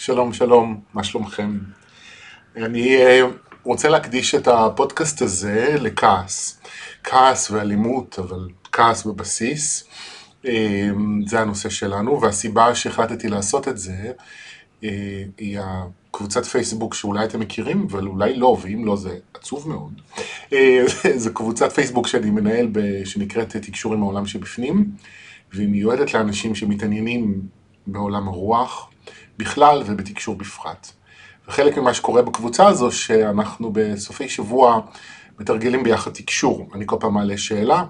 שלום, שלום, מה שלומכם? אני רוצה להקדיש את הפודקאסט הזה לכעס. כעס ואלימות, אבל כעס בבסיס. זה הנושא שלנו, והסיבה שהחלטתי לעשות את זה היא הקבוצת פייסבוק שאולי אתם מכירים, אבל אולי לא, ואם לא זה עצוב מאוד. זו קבוצת פייסבוק שאני מנהל שנקראת תקשור עם העולם שבפנים, והיא מיועדת לאנשים שמתעניינים בעולם הרוח בכלל ובתקשור בפרט. וחלק ממה שקורה בקבוצה הזו שאנחנו בסופי שבוע מתרגלים ביחד תקשור. אני כל פעם מעלה שאלה,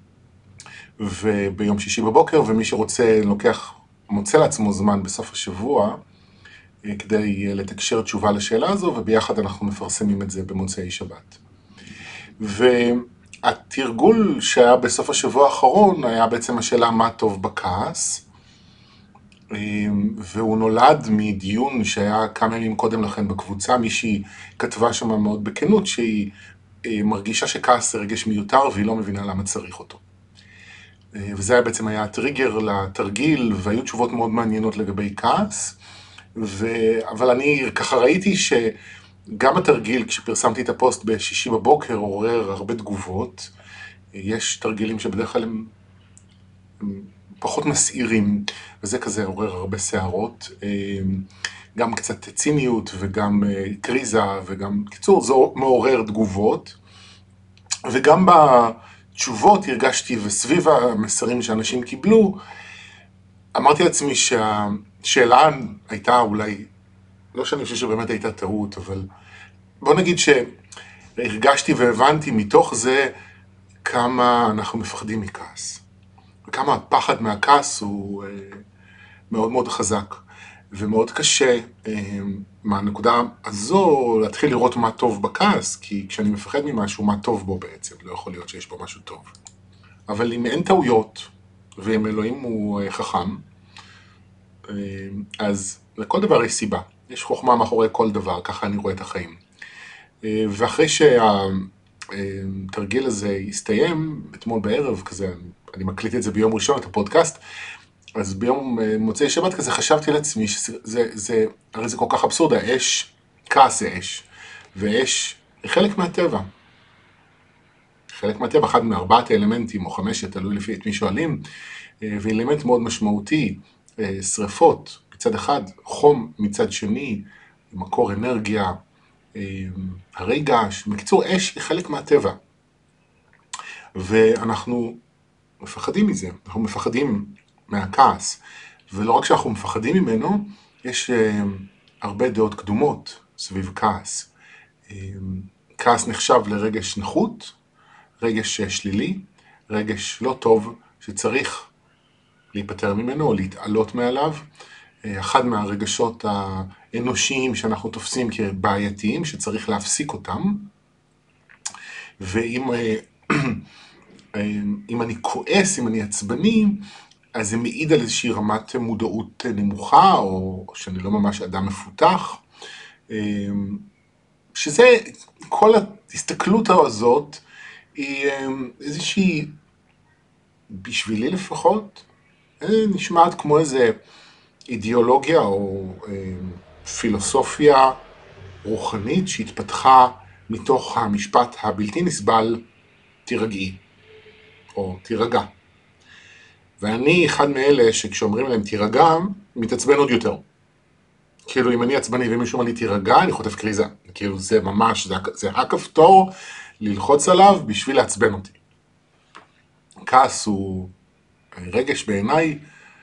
וביום שישי בבוקר, ומי שרוצה מוצא לעצמו זמן בסוף השבוע, כדי לתקשר תשובה לשאלה הזו, וביחד אנחנו מפרסמים את זה במוצאי שבת. והתרגול שהיה בסוף השבוע האחרון היה בעצם השאלה מה טוב בכעס, והוא נולד מדיון שהיה כמה ימים קודם לכן בקבוצה. מישהי כתבה שם מאוד בכנות שהיא מרגישה שכעס זה רגש מיותר והיא לא מבינה למה צריך אותו. וזה בעצם היה הטריגר לתרגיל, והיו תשובות מאוד מעניינות לגבי כעס, אבל אני ככה ראיתי שגם התרגיל, כשפרסמתי את הפוסט בשישי בבוקר, עורר הרבה תגובות. יש תרגילים שבדרך כלל הם פחות מסעירים, וזה כזה עורר הרבה שערות, גם קצת ציניות וגם קריזה, וגם קיצור, זה מעורר תגובות. וגם בתשובות הרגשתי, וסביב המסרים שאנשים קיבלו, אמרתי לעצמי שהשאלה הייתה אולי, לא שאני חושב שבאמת הייתה טעות, אבל בוא נגיד שהרגשתי והבנתי מתוך זה כמה אנחנו מפחדים מכעס. וכמה הפחד מהכעס הוא מאוד מאוד חזק, ומאוד קשה מהנקודה הזו להתחיל לראות מה טוב בכעס, כי כשאני מפחד ממשהו, מה טוב בו בעצם? לא יכול להיות שיש בו משהו טוב. אבל אם אין טעויות, ואם אלוהים הוא חכם, אז לכל דבר יש סיבה. יש חוכמה מאחורי כל דבר, ככה אני רואה את החיים. ואחרי שהתרגיל הזה הסתיים, אתמול בערב כזה, אני מקליט את זה ביום ראשון, את הפודקאסט, אז ביום מוצאי שבת כזה חשבתי לעצמי הרי זה כל כך אבסורד, האש, כעס זה אש, ואש היא חלק מהטבע. חלק מהטבע, אחד מארבעת האלמנטים, או חמשת, תלוי לפי את מי שואלים, ואלמנט מאוד משמעותי, שריפות מצד אחד, חום מצד שני, מקור אנרגיה, הרגש, בקיצור, אש היא חלק מהטבע. ואנחנו מפחדים מזה, אנחנו מפחדים מהכעס, ולא רק שאנחנו מפחדים ממנו, יש הרבה דעות קדומות סביב כעס. כעס נחשב לרגש נחות, רגש שלילי, רגש לא טוב שצריך להיפטר ממנו או להתעלות מעליו. אחד מהרגשות האנושיים שאנחנו תופסים כבעייתיים, שצריך להפסיק אותם. ואם אם אני כועס, אם אני עצבני, אז זה מעיד על איזושהי רמת מודעות נמוכה, או שאני לא ממש אדם מפותח. שזה, כל ההסתכלות הזאת היא איזושהי, בשבילי לפחות, נשמעת כמו איזה אידיאולוגיה או פילוסופיה רוחנית שהתפתחה מתוך המשפט הבלתי נסבל, תירגעי, או תירגע. ואני אחד מאלה שכשאומרים להם תירגע, מתעצבן עוד יותר. כאילו אם אני עצבני ומישהו אומר לי תירגע, אני חוטף קריזה. כאילו זה ממש, זה הכפתור ללחוץ עליו בשביל לעצבן אותי. כעס הוא רגש בעיניי,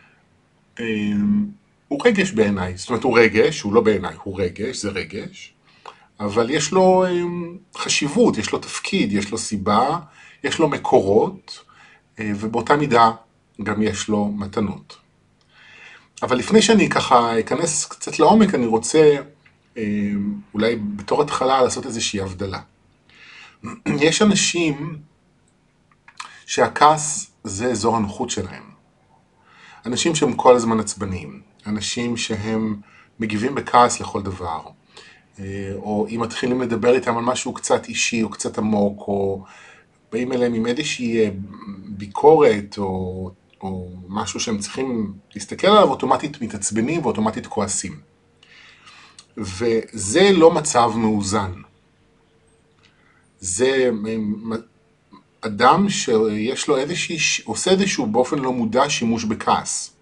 הוא רגש בעיניי, זאת אומרת הוא רגש, הוא לא בעיניי, הוא רגש, זה רגש, אבל יש לו חשיבות, יש לו תפקיד, יש לו סיבה, יש לו מקורות, ובאותה מידה גם יש לו מתנות. אבל לפני שאני ככה אכנס קצת לעומק, אני רוצה אולי בתור התחלה לעשות איזושהי הבדלה. יש אנשים שהכעס זה אזור הנוחות שלהם. אנשים שהם כל הזמן עצבניים, אנשים שהם מגיבים בכעס לכל דבר, או אם מתחילים לדבר איתם על משהו קצת אישי או קצת עמוק, או באים אליהם עם איזושהי ביקורת או משהו שהם צריכים להסתכל עליו, אוטומטית מתעצבנים ואוטומטית כועסים. וזה לא מצב מאוזן. זה אדם שיש לו עושה איזשהו באופן לא מודע שימוש בכעס.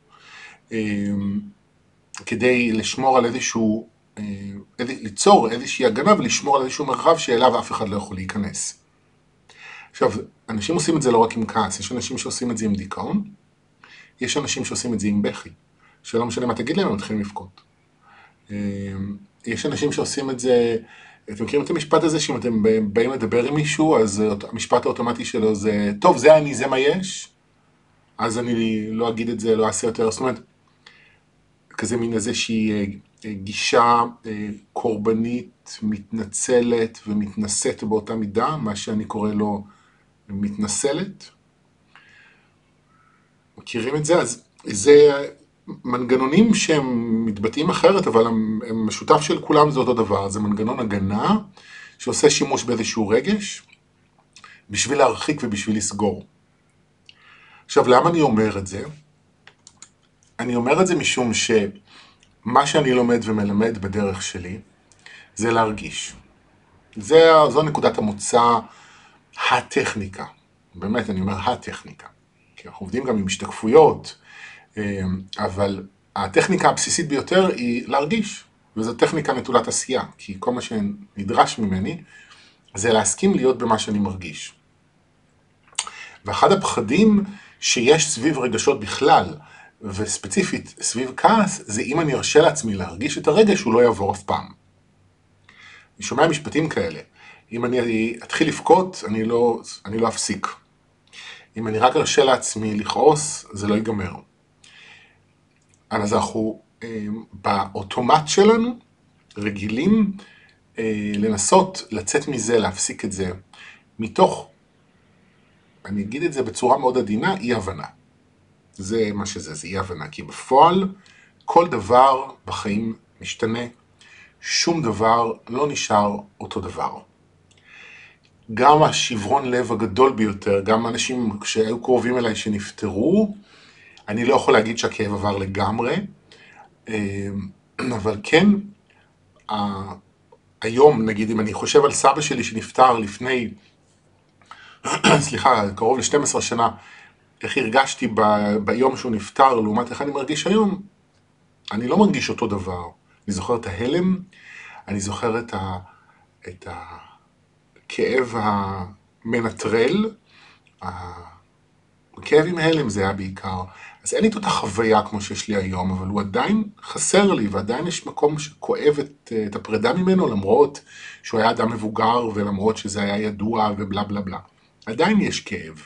כדי לשמור על ליצור איזושהי הגנה ולשמור על איזשהו מרחב שאליו אף אחד לא יכול להיכנס. עכשיו, אנשים עושים את זה לא רק עם כעס, יש אנשים שעושים את זה עם דיכאון, יש אנשים שעושים את זה עם בכי, שלא משנה מה תגיד להם, הם מתחילים לבכות. יש אנשים שעושים את זה, אתם מכירים את המשפט הזה, שאם אתם באים לדבר עם מישהו, אז המשפט האוטומטי שלו זה, טוב, זה אני, זה מה יש, אז אני לא אגיד את זה, לא אעשה יותר, זאת אומרת, כזה מין איזושהי גישה קורבנית, מתנצלת ומתנשאת באותה מידה, מה שאני קורא לו מתנסלת. מכירים את זה? אז זה מנגנונים שהם מתבטאים אחרת, אבל המשותף של כולם זה אותו דבר. זה מנגנון הגנה שעושה שימוש באיזשהו רגש, בשביל להרחיק ובשביל לסגור. עכשיו, למה אני אומר את זה? אני אומר את זה משום שמה שאני לומד ומלמד בדרך שלי, זה להרגיש. זו נקודת המוצא הטכניקה. באמת, אני אומר הטכניקה. כי אנחנו עובדים גם עם השתקפויות, אבל הטכניקה הבסיסית ביותר היא להרגיש. וזו טכניקה נטולת עשייה, כי כל מה שנדרש ממני זה להסכים להיות במה שאני מרגיש. ואחד הפחדים שיש סביב רגשות בכלל, וספציפית סביב כעס, זה אם אני ארשה לעצמי להרגיש את הרגש, הוא לא יעבור אף פעם. אני שומע משפטים כאלה. אם אני אתחיל לבכות, אני לא אפסיק. אם אני רק ארשה לעצמי לכעוס, זה לא ייגמר. אז אנחנו באוטומט שלנו רגילים לנסות לצאת מזה, להפסיק את זה, מתוך, אני אגיד את זה בצורה מאוד עדינה, אי הבנה. זה מה שזה, זה אי הבנה, כי בפועל כל דבר בחיים משתנה, שום דבר לא נשאר אותו דבר. גם השברון לב הגדול ביותר, גם אנשים שהיו קרובים אליי שנפטרו, אני לא יכול להגיד שהכאב עבר לגמרי, אבל כן, היום נגיד אם אני חושב על סבא שלי שנפטר לפני, קרוב ל-12 שנה, איך הרגשתי ביום שהוא נפטר לעומת איך אני מרגיש היום, אני לא מרגיש אותו דבר. אני זוכר את ההלם, אני זוכר את הכאב המנטרל, הכאב עם הלם זה היה בעיקר. אז אין לי את אותה חוויה כמו שיש לי היום, אבל הוא עדיין חסר לי, ועדיין יש מקום שכואב את הפרידה ממנו, למרות שהוא היה אדם מבוגר, ולמרות שזה היה ידוע ובלה בלה בלה. עדיין יש כאב.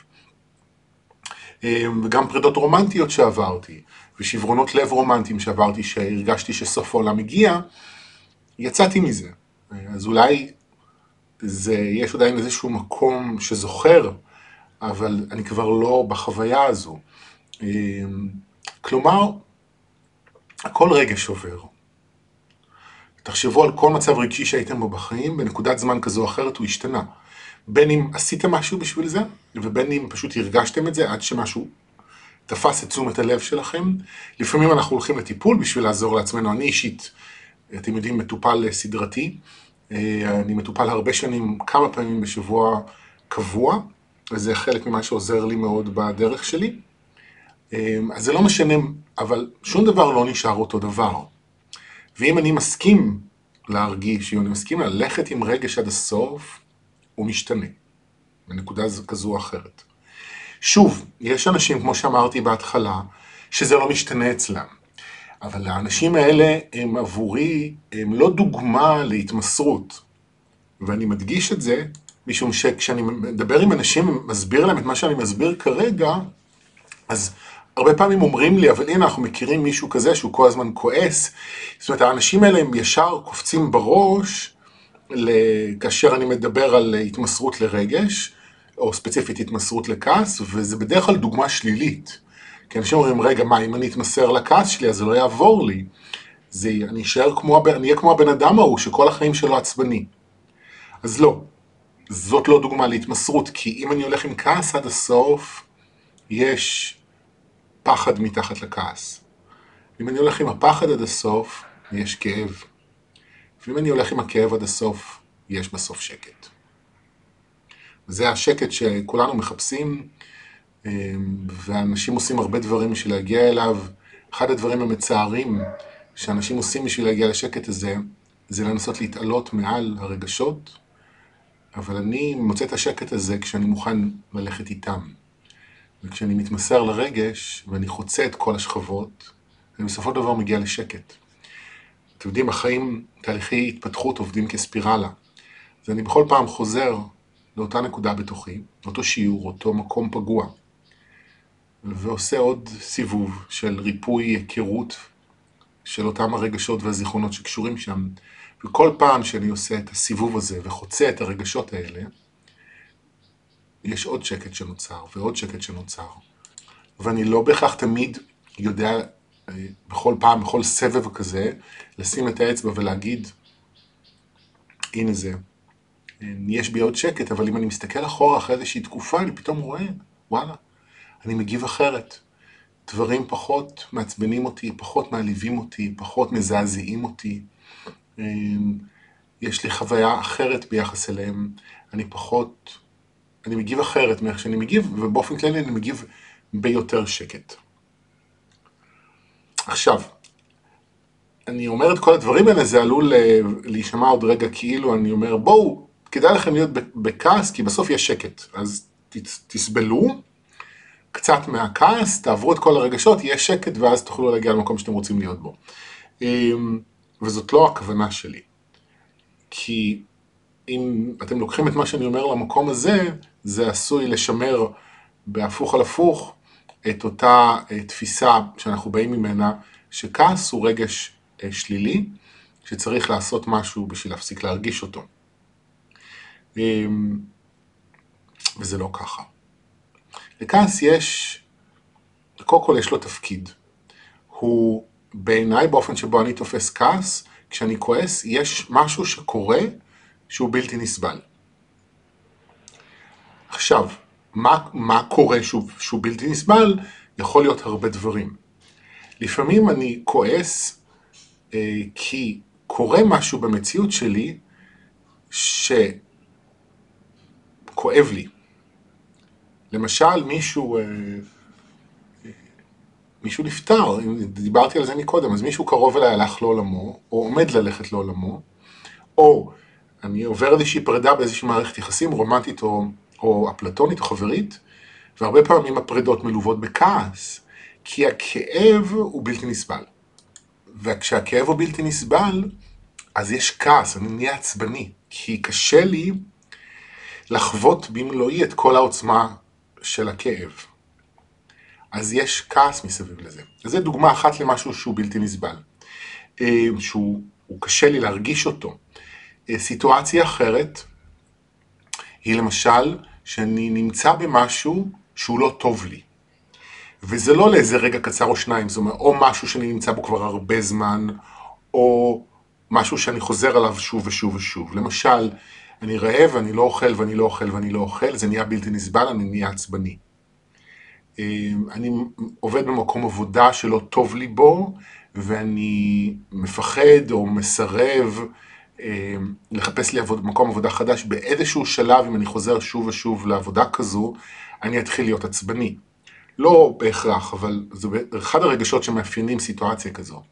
וגם פרידות רומנטיות שעברתי, ושברונות לב רומנטיים שעברתי, שהרגשתי שסוף העולם הגיע, יצאתי מזה. אז אולי יש עדיין איזשהו מקום שזוכר, אבל אני כבר לא בחוויה הזו. כלומר, הכל רגש עובר. תחשבו על כל מצב רגשי שהייתם בו בחיים, בנקודת זמן כזו או אחרת הוא השתנה. בין אם עשיתם משהו בשביל זה, ובין אם פשוט הרגשתם את זה עד שמשהו תפס את תשומת הלב שלכם. לפעמים אנחנו הולכים לטיפול בשביל לעזור לעצמנו. אני אישית, אתם יודעים, מטופל סדרתי. אני מטופל הרבה שנים, כמה פעמים בשבוע קבוע, וזה חלק ממה שעוזר לי מאוד בדרך שלי. אז זה לא משנה, אבל שום דבר לא נשאר אותו דבר. ואם אני מסכים להרגיש, אם אני מסכים ללכת עם רגש עד הסוף, הוא משתנה, בנקודה כזו או אחרת. שוב, יש אנשים, כמו שאמרתי בהתחלה, שזה לא משתנה אצלם. אבל האנשים האלה הם עבורי, הם לא דוגמה להתמסרות. ואני מדגיש את זה, משום שכשאני מדבר עם אנשים, מסביר להם את מה שאני מסביר כרגע, אז הרבה פעמים אומרים לי, אבל הנה אנחנו מכירים מישהו כזה שהוא כל הזמן כועס. זאת אומרת, האנשים האלה הם ישר קופצים בראש, כאשר אני מדבר על התמסרות לרגש, או ספציפית התמסרות לכעס, וזה בדרך כלל דוגמה שלילית. כי אנשים אומרים, רגע, מה, אם אני אתמסר לכעס שלי, אז זה לא יעבור לי. אני אהיה כמו הבן אדם ההוא, שכל החיים שלו עצבני. אז לא, זאת לא דוגמה להתמסרות, כי אם אני הולך עם כעס עד הסוף, יש פחד מתחת לכעס. אם אני הולך עם הפחד עד הסוף, יש כאב. ואם אני הולך עם הכאב עד הסוף, יש בסוף שקט. זה השקט שכולנו מחפשים, ואנשים עושים הרבה דברים בשביל להגיע אליו. אחד הדברים המצערים שאנשים עושים בשביל להגיע לשקט הזה, זה לנסות להתעלות מעל הרגשות, אבל אני מוצא את השקט הזה כשאני מוכן ללכת איתם. וכשאני מתמסר לרגש ואני חוצה את כל השכבות, אני בסופו של דבר מגיע לשקט. אתם יודעים, החיים, תהליכי התפתחות עובדים כספירלה. אז אני בכל פעם חוזר לאותה נקודה בתוכי, אותו שיעור, אותו מקום פגוע, ועושה עוד סיבוב של ריפוי, היכרות של אותם הרגשות והזיכרונות שקשורים שם. וכל פעם שאני עושה את הסיבוב הזה וחוצה את הרגשות האלה, יש עוד שקט שנוצר ועוד שקט שנוצר. ואני לא בהכרח תמיד יודע בכל פעם, בכל סבב כזה, לשים את האצבע ולהגיד, הנה זה, יש בי עוד שקט, אבל אם אני מסתכל אחורה אחרי איזושהי תקופה, אני פתאום רואה, וואלה, אני מגיב אחרת. דברים פחות מעצבנים אותי, פחות מעליבים אותי, פחות מזעזעים אותי. יש לי חוויה אחרת ביחס אליהם. אני מגיב אחרת מאיך שאני מגיב, ובאופן כללי אני מגיב ביותר שקט. עכשיו, אני אומר את כל הדברים האלה, זה עלול להישמע עוד רגע כאילו אני אומר, בואו, כדאי לכם להיות בכעס, כי בסוף יש שקט. אז תסבלו קצת מהכעס, תעברו את כל הרגשות, יהיה שקט, ואז תוכלו להגיע למקום שאתם רוצים להיות בו. וזאת לא הכוונה שלי. כי אם אתם לוקחים את מה שאני אומר למקום הזה, זה עשוי לשמר בהפוך על הפוך את אותה תפיסה שאנחנו באים ממנה, שכעס הוא רגש שלילי, שצריך לעשות משהו בשביל להפסיק להרגיש אותו. וזה לא ככה. לכעס קודם כל יש לו תפקיד. הוא בעיניי באופן שבו אני תופס כעס, כשאני כועס יש משהו שקורה שהוא בלתי נסבל. עכשיו, מה קורה שהוא בלתי נסבל? יכול להיות הרבה דברים. לפעמים אני כועס כי קורה משהו במציאות שלי שכואב לי. למשל, מישהו נפטר, דיברתי על זה מקודם, אז מישהו קרוב אליי הלך לעולמו, או עומד ללכת לעולמו, או אני עובר איזושהי פרידה באיזושהי מערכת יחסים רומנטית או אפלטונית או חברית, והרבה פעמים הפרידות מלוות בכעס, כי הכאב הוא בלתי נסבל. וכשהכאב הוא בלתי נסבל, אז יש כעס, אני נהיה עצבני, כי קשה לי לחוות במלואי את כל העוצמה של הכאב. אז יש כעס מסביב לזה. אז זו דוגמה אחת למשהו שהוא בלתי נסבל. שהוא קשה לי להרגיש אותו. סיטואציה אחרת היא למשל שאני נמצא במשהו שהוא לא טוב לי. וזה לא לאיזה רגע קצר או שניים, זאת אומרת, או משהו שאני נמצא בו כבר הרבה זמן, או משהו שאני חוזר עליו שוב ושוב ושוב. למשל, אני רעב, אני לא אוכל ואני לא אוכל ואני לא אוכל, זה נהיה בלתי נסבל, אני נהיה עצבני. אני עובד במקום עבודה שלא טוב לי בו, ואני מפחד או מסרב לחפש לי מקום עבודה חדש. באיזשהו שלב, אם אני חוזר שוב ושוב לעבודה כזו, אני אתחיל להיות עצבני. לא בהכרח, אבל זה אחד הרגשות שמאפיינים סיטואציה כזו.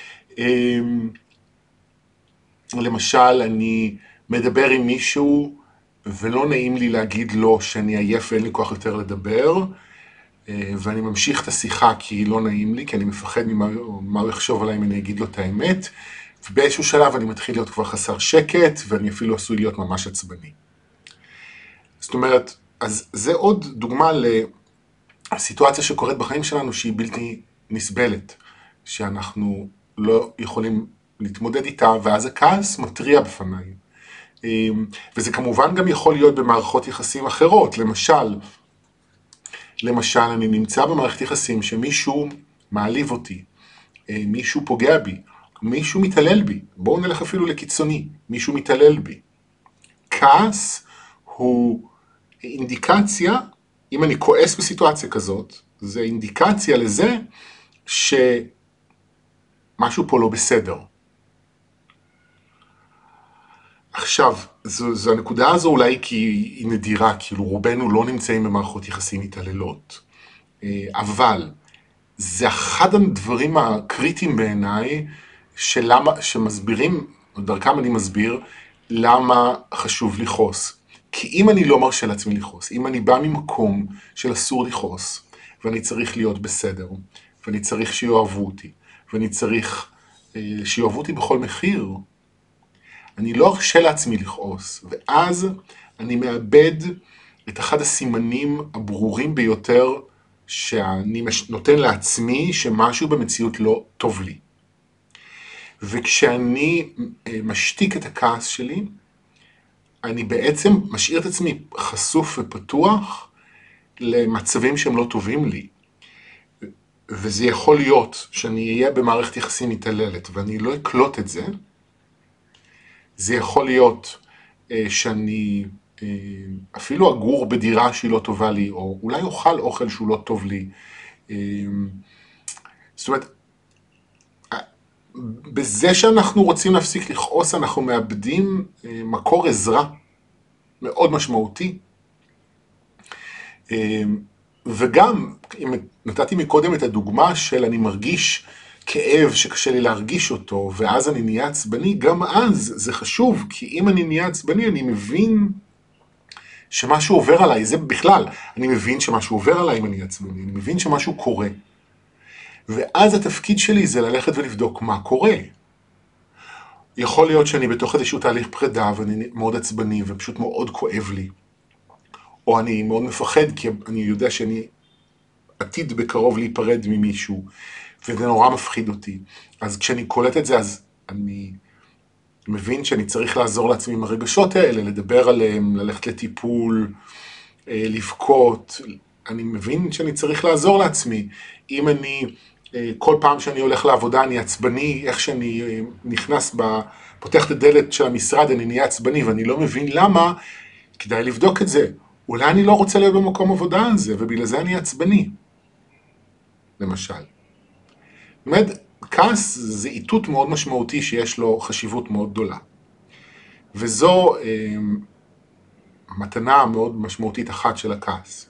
למשל, אני מדבר עם מישהו, ולא נעים לי להגיד לו שאני עייף ואין לי כוח יותר לדבר, ואני ממשיך את השיחה כי לא נעים לי, כי אני מפחד ממה הוא יחשוב עליי אם אני אגיד לו את האמת, ובאיזשהו שלב אני מתחיל להיות כבר חסר שקט, ואני אפילו עשוי להיות ממש עצבני. זאת אומרת, אז זה עוד דוגמה לסיטואציה שקורית בחיים שלנו שהיא בלתי נסבלת, שאנחנו לא יכולים להתמודד איתה, ואז הכעס מטריע בפניי. וזה כמובן גם יכול להיות במערכות יחסים אחרות. למשל, אני נמצא במערכת יחסים שמישהו מעליב אותי, מישהו פוגע בי, מישהו מתעלל בי, בואו נלך אפילו לקיצוני, מישהו מתעלל בי. כעס הוא אינדיקציה, אם אני כועס בסיטואציה כזאת, זה אינדיקציה לזה שמשהו פה לא בסדר. עכשיו, זו הנקודה הזו אולי כי היא נדירה, כאילו רובנו לא נמצאים במערכות יחסים מתעללות. אבל זה אחד הדברים הקריטיים בעיניי שמסבירים, דרכם אני מסביר, למה חשוב לכעוס. כי אם אני לא מרשה לעצמי לכעוס, אם אני בא ממקום של אסור לכעוס, ואני צריך להיות בסדר, ואני צריך שיאהבו אותי, ואני צריך שיאהבו אותי בכל מחיר, אני לא ארשה לעצמי לכעוס, ואז אני מאבד את אחד הסימנים הברורים ביותר שאני נותן לעצמי שמשהו במציאות לא טוב לי. וכשאני משתיק את הכעס שלי, אני בעצם משאיר את עצמי חשוף ופתוח למצבים שהם לא טובים לי. וזה יכול להיות שאני אהיה במערכת יחסים מתעללת ואני לא אקלוט את זה. זה יכול להיות שאני אפילו אגור בדירה שהיא לא טובה לי, או אולי אוכל אוכל שהוא לא טוב לי. זאת אומרת, בזה שאנחנו רוצים להפסיק לכעוס, אנחנו מאבדים מקור עזרה מאוד משמעותי. וגם, אם נתתי מקודם את הדוגמה של אני מרגיש כאב שקשה לי להרגיש אותו, ואז אני נהיה עצבני, גם אז זה חשוב, כי אם אני נהיה עצבני, אני מבין שמשהו עובר עליי, זה בכלל, אני מבין שמשהו עובר עליי אם אני עצבני, אני מבין שמשהו קורה. ואז התפקיד שלי זה ללכת ולבדוק מה קורה. יכול להיות שאני בתוך איזשהו תהליך פרידה, ואני מאוד עצבני, ופשוט מאוד כואב לי. או אני מאוד מפחד, כי אני יודע שאני עתיד בקרוב להיפרד ממישהו, וזה נורא מפחיד אותי. אז כשאני קולט את זה, אז אני מבין שאני צריך לעזור לעצמי עם הרגשות האלה, לדבר עליהם, ללכת לטיפול, לבכות. אני מבין שאני צריך לעזור לעצמי. אם אני, כל פעם שאני הולך לעבודה, אני עצבני, איך שאני נכנס, פותח את הדלת של המשרד, אני נהיה עצבני, ואני לא מבין למה, כדאי לבדוק את זה. אולי אני לא רוצה להיות במקום עבודה על זה, ובגלל זה אני עצבני. למשל. זאת אומרת, כעס זה איתות מאוד משמעותי שיש לו חשיבות מאוד גדולה. וזו מתנה מאוד משמעותית אחת של הכעס.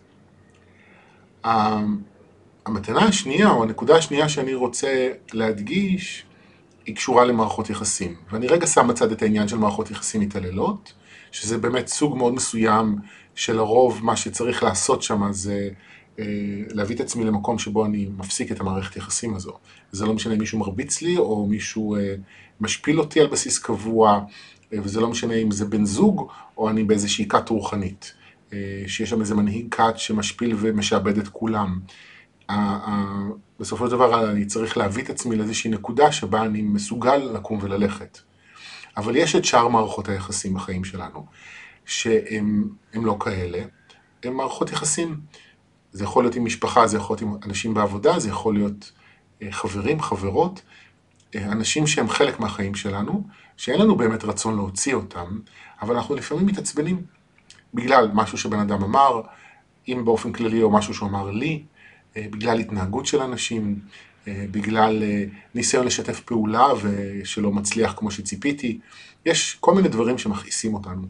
המתנה השנייה, או הנקודה השנייה שאני רוצה להדגיש, היא קשורה למערכות יחסים. ואני רגע שם בצד את העניין של מערכות יחסים מתעללות, שזה באמת סוג מאוד מסוים שלרוב מה שצריך לעשות שם זה להביא את עצמי למקום שבו אני מפסיק את המערכת יחסים הזו. זה לא משנה אם מישהו מרביץ לי, או מישהו משפיל אותי על בסיס קבוע, וזה לא משנה אם זה בן זוג, או אני באיזושהי כת רוחנית, שיש שם איזה מנהיג כת שמשפיל ומשעבד את כולם. בסופו של דבר אני צריך להביא את עצמי לאיזושהי נקודה שבה אני מסוגל לקום וללכת. אבל יש את שאר מערכות היחסים בחיים שלנו, שהם לא כאלה, הם מערכות יחסים. זה יכול להיות עם משפחה, זה יכול להיות עם אנשים בעבודה, זה יכול להיות חברים, חברות, אנשים שהם חלק מהחיים שלנו, שאין לנו באמת רצון להוציא אותם, אבל אנחנו לפעמים מתעצבנים בגלל משהו שבן אדם אמר, אם באופן כללי או משהו שהוא אמר לי, בגלל התנהגות של אנשים, בגלל ניסיון לשתף פעולה ושלא מצליח כמו שציפיתי. יש כל מיני דברים שמכעיסים אותנו.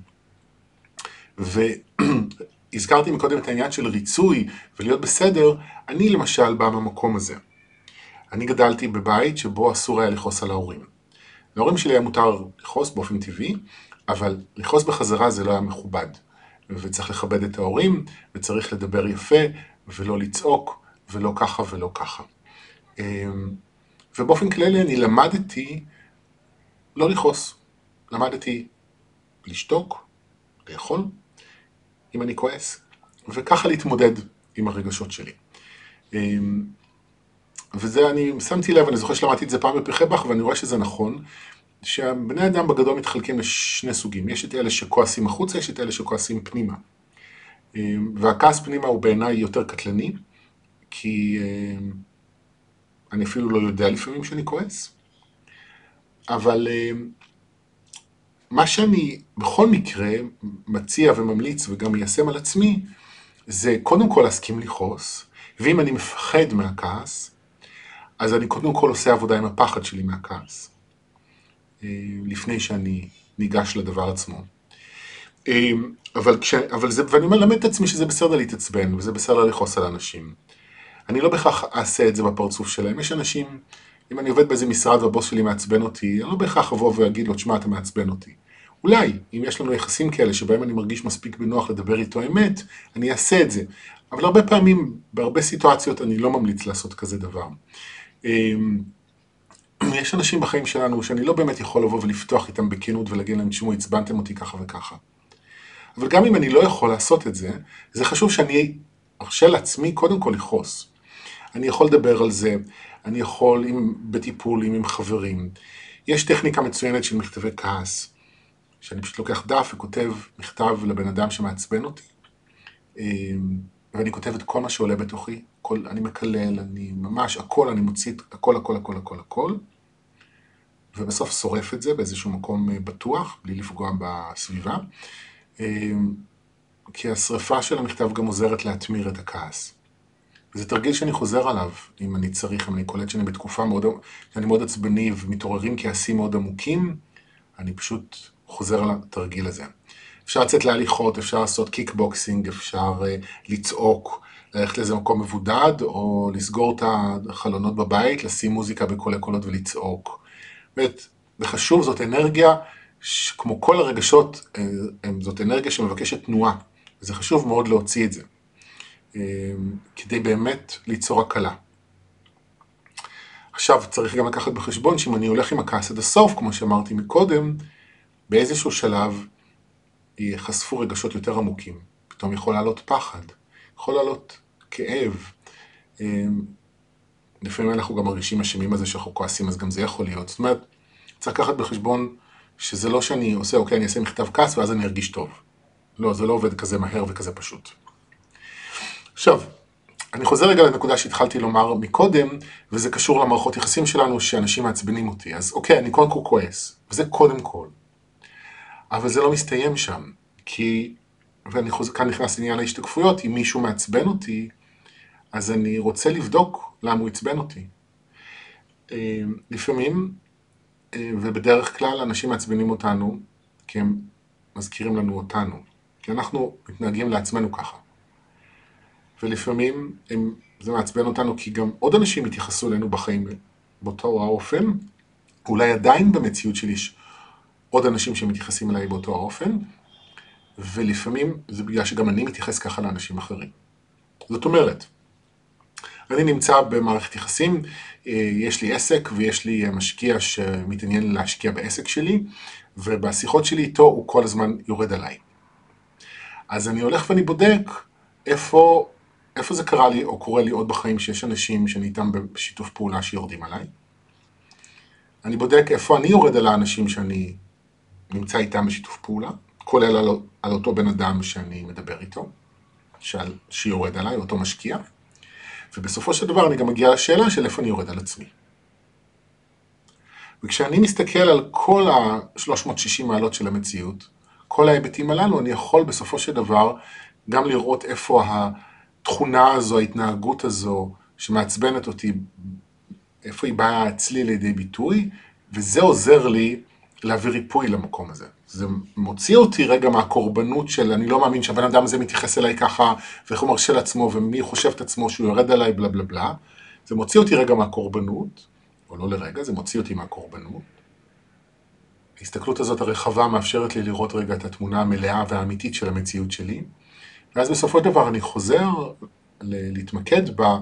והזכרתי מקודם את העניין של ריצוי ולהיות בסדר, אני למשל בא מהמקום הזה. אני גדלתי בבית שבו אסור היה לכעוס על ההורים. להורים שלי היה מותר לכעוס באופן טבעי, אבל לכעוס בחזרה זה לא היה מכובד. וצריך לכבד את ההורים, וצריך לדבר יפה, ולא לצעוק, ולא ככה ולא ככה. ובאופן כללי אני למדתי לא לכעוס. למדתי לשתוק, לאכול, אם אני כועס, וככה להתמודד עם הרגשות שלי. וזה אני שמתי לב, אני זוכר שלמדתי את זה פעם בפרחי בך, ואני רואה שזה נכון, שהבני אדם בגדול מתחלקים לשני סוגים. יש את אלה שכועסים החוצה, יש את אלה שכועסים פנימה. והכעס פנימה הוא בעיניי יותר קטלני, כי אני אפילו לא יודע לפעמים שאני כועס. אבל מה שאני בכל מקרה מציע וממליץ וגם מיישם על עצמי, זה קודם כל להסכים לכעוס, ואם אני מפחד מהכעס, אז אני קודם כל עושה עבודה עם הפחד שלי מהכעס. לפני שאני ניגש לדבר עצמו. ואני מלמד את עצמי שזה בסדר להתעצבן, וזה בסדר לכעוס על אנשים. אני לא בהכרח אעשה את זה בפרצוף שלהם. יש אנשים, אם אני עובד באיזה משרד והבוס שלי מעצבן אותי, אני לא בהכרח אבוא ואגיד לו, תשמע, אתה מעצבן אותי. אולי, אם יש לנו יחסים כאלה שבהם אני מרגיש מספיק בנוח לדבר איתו אמת, אני אעשה את זה. אבל הרבה פעמים, בהרבה סיטואציות, אני לא ממליץ לעשות כזה דבר. יש אנשים בחיים שלנו שאני לא באמת יכול לבוא ולפתוח איתם בכנות ולהגיד להם, תשמעו, עצבנתם אותי ככה וככה. אבל גם אם אני לא יכול לעשות את זה, זה חשוב שאני ארשה לעצמי קודם כל לכעוס. אני יכול לדבר על זה, אני יכול בטיפול עם חברים. יש טכניקה מצוינת של מכתבי כעס, שאני פשוט לוקח דף וכותב מכתב לבן אדם שמעצבן אותי, ואני כותב את כל מה שעולה בתוכי, אני מקלל, אני ממש, הכל, אני מוציא הכל, הכל, הכל, הכל, הכל, ובסוף שורף את זה באיזשהו מקום בטוח, בלי לפגוע בסביבה, כי השריפה של המכתב גם עוזרת להתמיר את הכעס. וזה תרגיל שאני חוזר עליו, אם אני צריך, אם אני קולט שאני בתקופה שאני מאוד עצבני ומתעוררים כעסים מאוד עמוקים, אני פשוט חוזר על התרגיל הזה. אפשר לצאת להליכות, אפשר לעשות קיקבוקסינג, אפשר לצעוק, ללכת לאיזה מקום מבודד, או לסגור את החלונות בבית, לשים מוזיקה בכל הקולות ולצעוק. זה חשוב, זאת אנרגיה, כמו כל הרגשות, זאת אנרגיה שמבקשת תנועה, וזה חשוב מאוד להוציא את זה, כדי באמת ליצור הקלה. עכשיו צריך גם לקחת בחשבון שאם אני הולך עם הכעס עד הסוף, כמו שאמרתי מקודם, באיזשהו שלב יחשפו רגשות יותר עמוקים. פתאום יכול לעלות פחד, יכול לעלות כאב. לפעמים אנחנו גם מרגישים אשמים על זה שאנחנו כועסים, אז גם זה יכול להיות. זאת אומרת, צריך לקחת בחשבון שזה לא שאני עושה, אוקיי, אני אעשה מכתב כעס ואז אני ארגיש טוב. לא, זה לא עובד כזה מהר וכזה פשוט. עכשיו, אני חוזר רגע לנקודה שהתחלתי לומר מקודם, וזה קשור למערכות יחסים שלנו שאנשים מעצבנים אותי. אז אוקיי, אני קודם כל כועס, וזה קודם כל. אבל זה לא מסתיים שם, כי, כאן נכנס לעניין ההשתקפויות, אם מישהו מעצבן אותי, אז אני רוצה לבדוק למה הוא עצבן אותי. לפעמים, ובדרך כלל, אנשים מעצבנים אותנו, כי הם מזכירים לנו אותנו, כי אנחנו מתנהגים לעצמנו ככה. ולפעמים זה מעצבן אותנו, כי גם עוד אנשים התייחסו אלינו בחיים באותו האופן, אולי עדיין במציאות שלי יש עוד אנשים שמתייחסים אליי באותו האופן, ולפעמים זה בגלל שגם אני מתייחס ככה לאנשים אחרים. זאת אומרת, אני נמצא במערכת יחסים, יש לי עסק ויש לי משקיע שמתעניין להשקיע בעסק שלי, ובשיחות שלי איתו הוא כל הזמן יורד עליי. אז אני הולך ואני בודק איפה זה קרה לי או קורה לי עוד בחיים שיש אנשים שאני איתם בשיתוף פעולה שיורדים עליי. אני בודק איפה אני יורד על האנשים שאני נמצא איתם בשיתוף פעולה, כולל על אותו בן אדם שאני מדבר איתו, שיורד עליי, אותו משקיע. ובסופו של דבר אני גם מגיע לשאלה של איפה אני יורד על עצמי. וכשאני מסתכל על כל ה-360 מעלות של המציאות, כל ההיבטים הללו, אני יכול בסופו של דבר גם לראות איפה התכונה הזו, ההתנהגות הזו שמעצבנת אותי, איפה היא באה אצלי לידי ביטוי, וזה עוזר לי להביא ריפוי למקום הזה. זה מוציא אותי רגע מהקורבנות של אני לא מאמין שהבן אדם הזה מתייחס אליי ככה, ואיך הוא מרשה לעצמו, ומי חושב את עצמו שהוא יורד עליי, בלה בלה בלה. זה מוציא אותי רגע מהקורבנות, או לא לרגע, זה מוציא אותי מהקורבנות. ההסתכלות הזאת הרחבה מאפשרת לי לראות רגע את התמונה המלאה והאמיתית של המציאות שלי, ואז בסופו של דבר אני חוזר להתמקד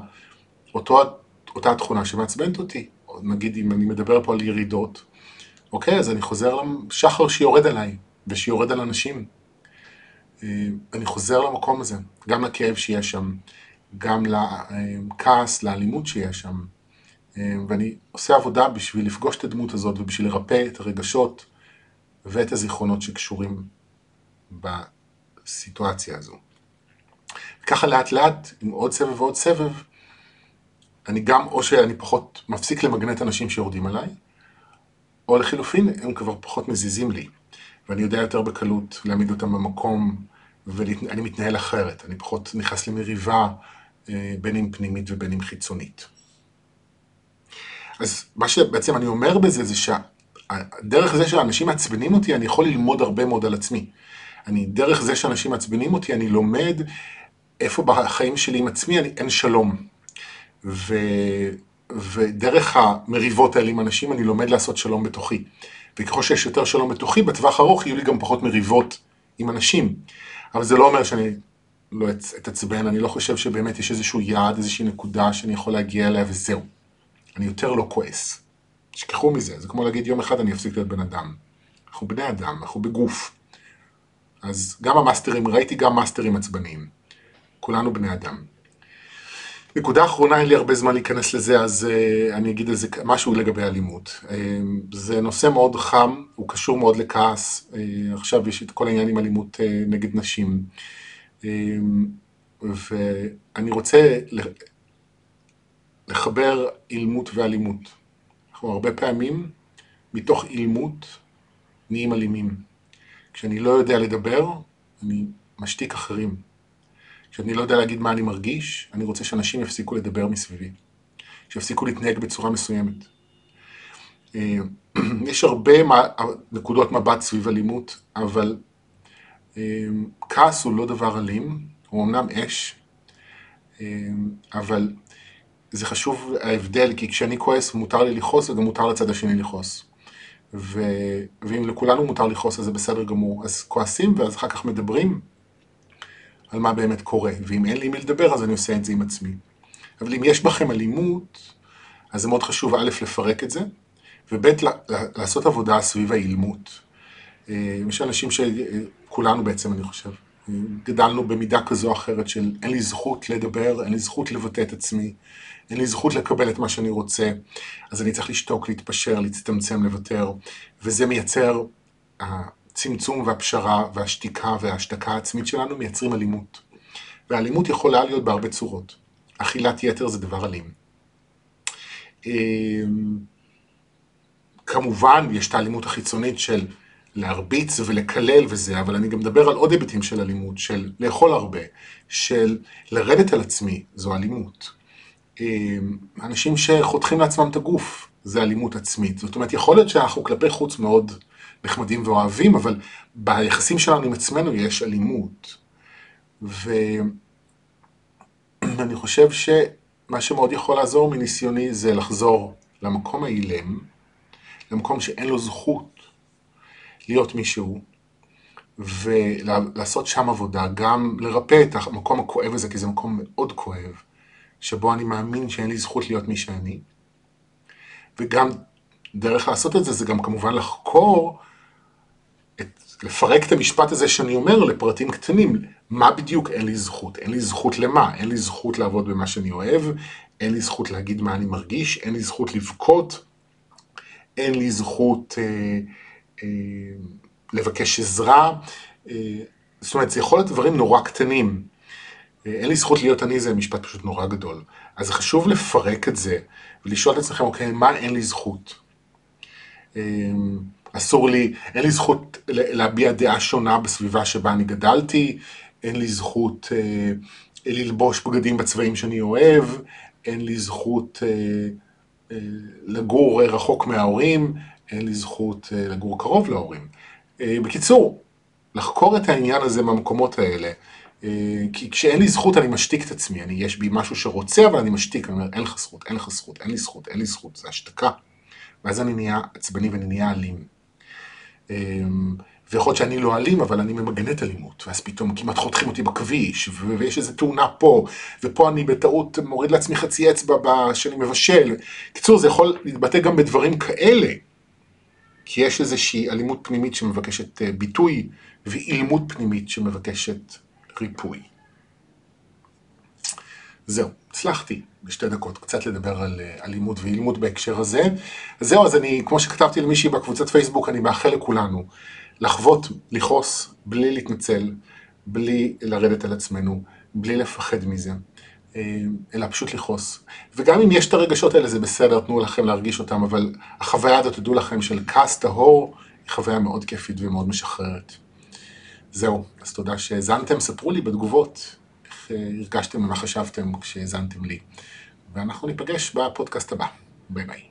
באותה התכונה שמעצבנת אותי. נגיד אם אני מדבר פה על ירידות, אוקיי, אז אני חוזר לשחר שיורד עליי, ושיורד על אנשים. אני חוזר למקום הזה, גם לכאב שיש שם, גם לכעס, לאלימות שיש שם. ואני עושה עבודה בשביל לפגוש את הדמות הזאת, ובשביל לרפא את הרגשות ואת הזיכרונות שקשורים בסיטואציה הזו. וככה לאט לאט, עם עוד סבב ועוד סבב, או שאני פחות מפסיק למגנט אנשים שיורדים עליי, או לחילופין, הם כבר פחות מזיזים לי, ואני יודע יותר בקלות להעמיד אותם במקום, ואני מתנהל אחרת, אני פחות נכנס למריבה, בין אם פנימית ובין אם חיצונית. אז מה שבעצם אני אומר בזה, זה דרך זה שאנשים מעצבנים אותי, אני יכול ללמוד הרבה מאוד על עצמי. דרך זה שאנשים מעצבנים אותי, אני לומד איפה בחיים שלי עם עצמי אין שלום. ודרך המריבות האלה עם אנשים, אני לומד לעשות שלום בתוכי. וככל שיש יותר שלום בתוכי, בטווח ארוך יהיו לי גם פחות מריבות עם אנשים. אבל זה לא אומר שאני לא אתעצבן, אני לא חושב שבאמת יש איזשהו יעד, איזושהי נקודה שאני יכול להגיע אליה וזהו. אני יותר לא כועס. תשכחו מזה, זה כמו להגיד יום אחד אני אפסיק להיות בן אדם. אנחנו בני אדם, אנחנו בגוף. אז גם המאסטרים, ראיתי גם מאסטרים עצבניים. כולנו בני אדם. נקודה אחרונה, אין לי הרבה זמן להיכנס לזה, אז אני אגיד על זה משהו לגבי אלימות. זה נושא מאוד חם, הוא קשור מאוד לכעס. עכשיו יש את כל העניין עם אלימות נגד נשים. ואני רוצה לחבר אילמות ואלימות. אנחנו הרבה פעמים, מתוך אילמות, נהיים אלימים. כשאני לא יודע לדבר, אני משתיק אחרים. כשאני לא יודע להגיד מה אני מרגיש, אני רוצה שאנשים יפסיקו לדבר מסביבי. שיפסיקו להתנהג בצורה מסוימת. יש הרבה נקודות מבט סביב אלימות, אבל כעס הוא לא דבר אלים, הוא אמנם אש, אבל זה חשוב ההבדל, כי כשאני כועס מותר לי לכעוס, וגם מותר לצד השני לכעוס. ואם לכולנו מותר לכעוס, אז זה בסדר גמור. אז כועסים, ואז אחר כך מדברים על מה באמת קורה. ואם אין לי מי לדבר, אז אני עושה את זה עם עצמי. אבל אם יש בכם אלימות, אז זה מאוד חשוב א' לפרק את זה, וב' לעשות עבודה סביב האילמות. יש אנשים שכולנו בעצם, אני חושב, גדלנו במידה כזו או אחרת של אין לי זכות לדבר, אין לי זכות לבטא את עצמי, אין לי זכות לקבל את מה שאני רוצה, אז אני צריך לשתוק, להתפשר, להצטמצם, לוותר, וזה מייצר, הצמצום והפשרה והשתיקה וההשתקה העצמית שלנו מייצרים אלימות. והאלימות יכולה להיות בהרבה צורות. אכילת יתר זה דבר אלים. כמובן, יש את האלימות החיצונית של להרביץ ולקלל וזה, אבל אני גם מדבר על עוד היבטים של אלימות, של לאכול הרבה, של לרדת על עצמי, זו אלימות. אנשים שחותכים לעצמם את הגוף, זה אלימות עצמית. זאת אומרת, יכול להיות שאנחנו כלפי חוץ מאוד נחמדים ואוהבים, אבל ביחסים שלנו עם עצמנו יש אלימות. ואני חושב שמה שמאוד יכול לעזור מניסיוני זה לחזור למקום האילם, למקום שאין לו זכות להיות מישהו, ולעשות שם עבודה, גם לרפא את המקום הכואב הזה, כי זה מקום מאוד כואב, שבו אני מאמין שאין לי זכות להיות מי שאני, וגם דרך לעשות את זה, זה גם כמובן לחקור, לפרק את המשפט הזה שאני אומר לפרטים קטנים, מה בדיוק אין לי זכות? אין לי זכות למה? אין לי זכות לעבוד במה שאני אוהב, אין לי זכות להגיד מה אני מרגיש, אין לי זכות לבכות, אין לי זכות לבקש עזרה, זאת אומרת, זה יכול להיות דברים נורא קטנים. אין לי זכות להיות אני, זה משפט פשוט נורא גדול. אז זה חשוב לפרק את זה, ולשאול את עצמכם, אוקיי, מה אין לי זכות? אסור לי, אין לי זכות להביע דעה שונה בסביבה שבה אני גדלתי, אין לי זכות ללבוש בגדים בצבעים שאני אוהב, אין לי זכות לגור רחוק מההורים, אין לי זכות לגור קרוב להורים. בקיצור, לחקור את העניין הזה במקומות האלה, כי כשאין לי זכות אני משתיק את עצמי, יש בי משהו שרוצה אבל אני משתיק, אני אומר אין לך זכות, אין לך זכות, אין לי זכות, אין לי זכות, זה השתקה. ואז אני נהיה עצבני ואני נהיה אלים. ויכול להיות שאני לא אלים, אבל אני ממגנט אלימות, ואז פתאום כמעט חותכים אותי בכביש, ויש איזו תאונה פה, ופה אני בטעות מוריד לעצמי חצי אצבע שאני מבשל. קיצור, זה יכול להתבטא גם בדברים כאלה, כי יש איזושהי אלימות פנימית שמבקשת ביטוי, ואילמות פנימית שמבקשת ריפוי. זהו, הצלחתי בשתי דקות קצת לדבר על אלימות ואילמות בהקשר הזה. זהו, אז אני, כמו שכתבתי למישהי בקבוצת פייסבוק, אני מאחל לכולנו לחוות, לכעוס, בלי להתנצל, בלי לרדת על עצמנו, בלי לפחד מזה, אלא פשוט לכעוס. וגם אם יש את הרגשות האלה, זה בסדר, תנו לכם להרגיש אותם, אבל החוויה הזאת, תדעו לכם, של כעס טהור, היא חוויה מאוד כיפית ומאוד משחררת. זהו, אז תודה שהזנתם, ספרו לי בתגובות איך הרגשתם ומה חשבתם כשהזנתם לי. ואנחנו ניפגש בפודקאסט הבא. ביי ביי.